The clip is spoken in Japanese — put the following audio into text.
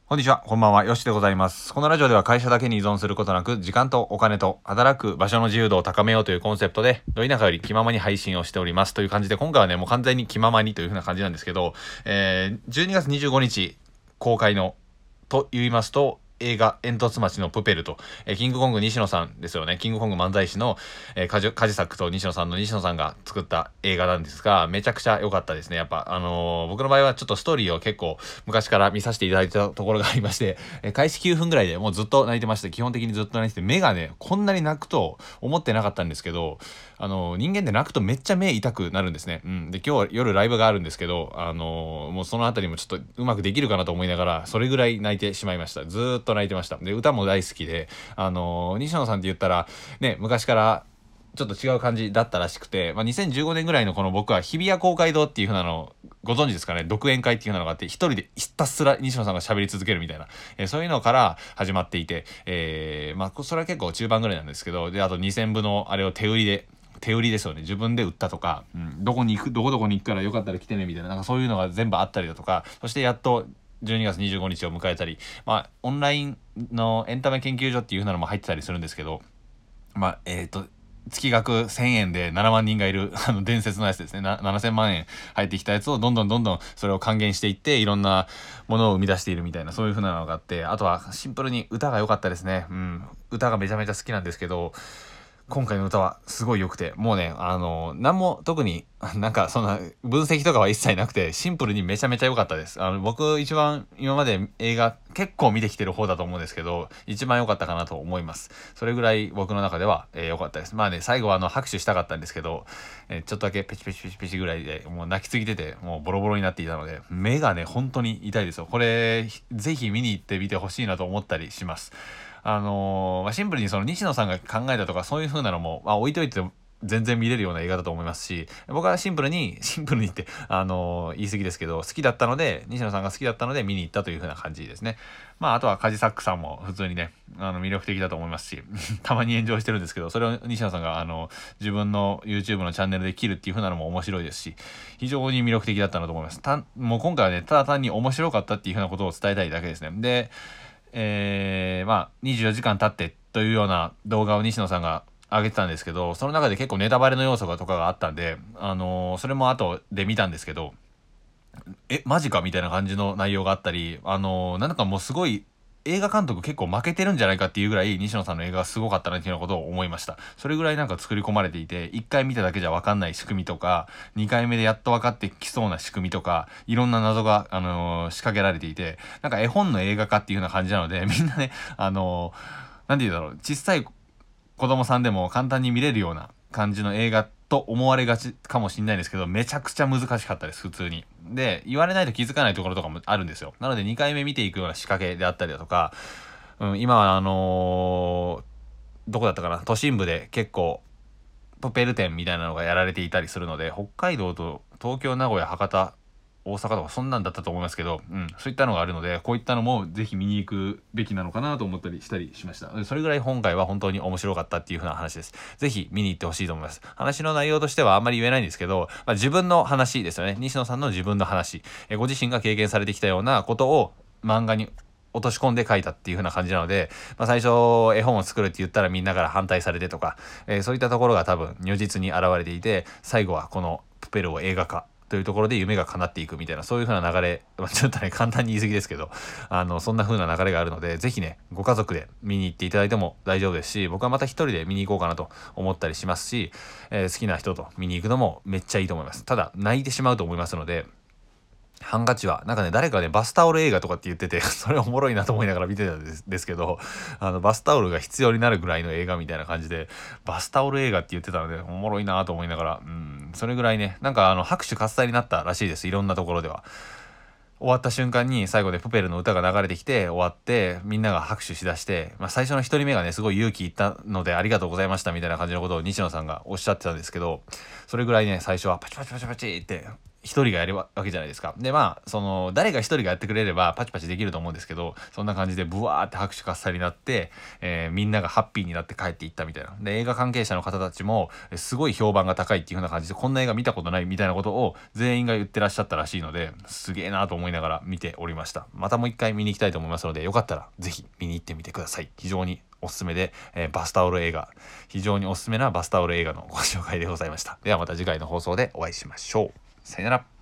こんにちは、こんばんは、よしでございます。このラジオでは会社だけに依存することなく、時間とお金と働く場所の自由度を高めようというコンセプトで、ど田舎より気ままに配信をしておりますという感じで、今回はね、もう完全に気ままにという風な感じなんですけど、12月25日公開の、と言いますと、映画、煙突町のプペルと、キングコング西野さんですよね。キングコング漫才師の、カジサックと西野さんが作った映画なんですが、めちゃくちゃ良かったですね。やっぱ、僕の場合はちょっとストーリーを結構昔から見させていただいたところがありまして、開始9分ぐらいでもうずっと泣いてまして、基本的にずっと泣いてて、目がね、こんなに泣くと思ってなかったんですけど、人間で泣くとめっちゃ目痛くなるんですね。うん。で、今日は夜ライブがあるんですけど、もうそのあたりもちょっとうまくできるかなと思いながら、それぐらい泣いてしまいました。ずーっと泣いてました。で、歌も大好きで、西野さんって言ったら、ね、昔からちょっと違う感じだったらしくて、2015年ぐらいのこの僕は日比谷公会堂っていう風なのご存知ですかね、独演会っていう風なのがあって、一人でひたすら西野さんが喋り続けるみたいな、そういうのから始まっていて、それは結構中盤ぐらいなんですけど、で、あと2000部のあれを手売りですよね。自分で売ったとか、どこに行くからよかったら来てねみたいな、なんかそういうのが全部あったりだとか、そしてやっと12月25日を迎えたり、オンラインのエンタメ研究所っていう風なのも入ってたりするんですけど、月額1000円で7万人がいる、伝説のやつですね。7000万円入ってきたやつをどんどんそれを還元していって、いろんなものを生み出しているみたいな、そういう風なのがあって、あとはシンプルに歌が良かったですね。歌がめちゃめちゃ好きなんですけど、今回の歌はすごい良くて、もうね、何も特に、なんかそんな分析とかは一切なくて、シンプルにめちゃめちゃ良かったです。僕一番今まで映画結構見てきてる方だと思うんですけど、一番良かったかなと思います。それぐらい僕の中では良かったです。最後は拍手したかったんですけど、ちょっとだけペチペチペチペチぐらいで、もう泣きすぎてて、もうボロボロになっていたので、目がね、本当に痛いですよ。これ、ぜひ見に行ってみてほしいなと思ったりします。シンプルにその西野さんが考えたとかそういう風なのも、置いといて全然見れるような映画だと思いますし、僕はシンプルにって、言い過ぎですけど、好きだったので、西野さんが好きだったので見に行ったという風な感じですね。あとはカジサックさんも普通にね、魅力的だと思いますし、たまに炎上してるんですけど、それを西野さんが自分の YouTube のチャンネルで切るっていう風なのも面白いですし、非常に魅力的だったなと思います。もう今回はね、ただ単に面白かったっていう風なことを伝えたいだけですね。で、24時間経ってというような動画を西野さんが上げてたんですけど、その中で結構ネタバレの要素とかがあったんで、それも後で見たんですけど、マジかみたいな感じの内容があったり、なんかもうすごい映画監督結構負けてるんじゃないかっていうぐらい西野さんの映画がすごかったなっていうようなことを思いました。それぐらいなんか作り込まれていて、1回見ただけじゃ分かんない仕組みとか、2回目でやっと分かってきそうな仕組みとか、いろんな謎が、仕掛けられていて、なんか絵本の映画化っていうような感じなので、みんなね、なんて言うんだろう、小さい子供さんでも簡単に見れるような感じの映画と思われがちかもしれないんですけど、めちゃくちゃ難しかったです、普通に。で、言われないと気づかないところとかもあるんですよ。なので2回目見ていくような仕掛けであったりだとか、今はどこだったかな、都心部で結構、プペル店みたいなのがやられていたりするので、北海道と東京、名古屋、博多、大阪とかそんなんだったと思いますけど、そういったのがあるので、こういったのもぜひ見に行くべきなのかなと思ったりしたりしました。それぐらい今回は本当に面白かったっていう風な話です。ぜひ見に行ってほしいと思います。話の内容としてはあんまり言えないんですけど、自分の話ですよね。西野さんの自分の話。ご自身が経験されてきたようなことを漫画に落とし込んで書いたっていう風な感じなので、最初絵本を作るって言ったらみんなから反対されてとか、そういったところが多分如実に現れていて、最後はこのプペルを映画化というところで夢が叶っていくみたいな、そういう風な流れ、ちょっとね、簡単に言い過ぎですけど、そんな風な流れがあるので、ぜひね、ご家族で見に行っていただいても大丈夫ですし、僕はまた一人で見に行こうかなと思ったりしますし、好きな人と見に行くのもめっちゃいいと思います。ただ、泣いてしまうと思いますので、ハンカチは、なんかね、誰かね、バスタオル映画とかって言ってて、それおもろいなと思いながら見てたんですけど、バスタオルが必要になるぐらいの映画みたいな感じで、バスタオル映画って言ってたので、おもろいなと思いながら、それぐらいね、なんか拍手喝采になったらしいです、いろんなところでは。終わった瞬間に最後でプペルの歌が流れてきて終わってみんなが拍手しだして、最初の一人目がねすごい勇気いったのでありがとうございましたみたいな感じのことを西野さんがおっしゃってたんですけど、それぐらいね最初はパチパチパチパチって一人がやるわけじゃないですか。でその誰か一人がやってくれればパチパチできると思うんですけど、そんな感じでブワーって拍手喝采になって、みんながハッピーになって帰っていったみたいな。で映画関係者の方たちもすごい評判が高いっていう風な感じで、こんな映画見たことないみたいなことを全員が言ってらっしゃったらしいので、すげえなと思いながら見ておりました。またもう一回見に行きたいと思いますので、よかったらぜひ見に行ってみてください。非常におすすめで、バスタオル映画、非常におすすめなバスタオル映画のご紹介でございました。ではまた次回の放送でお会いしましょう。さよなら。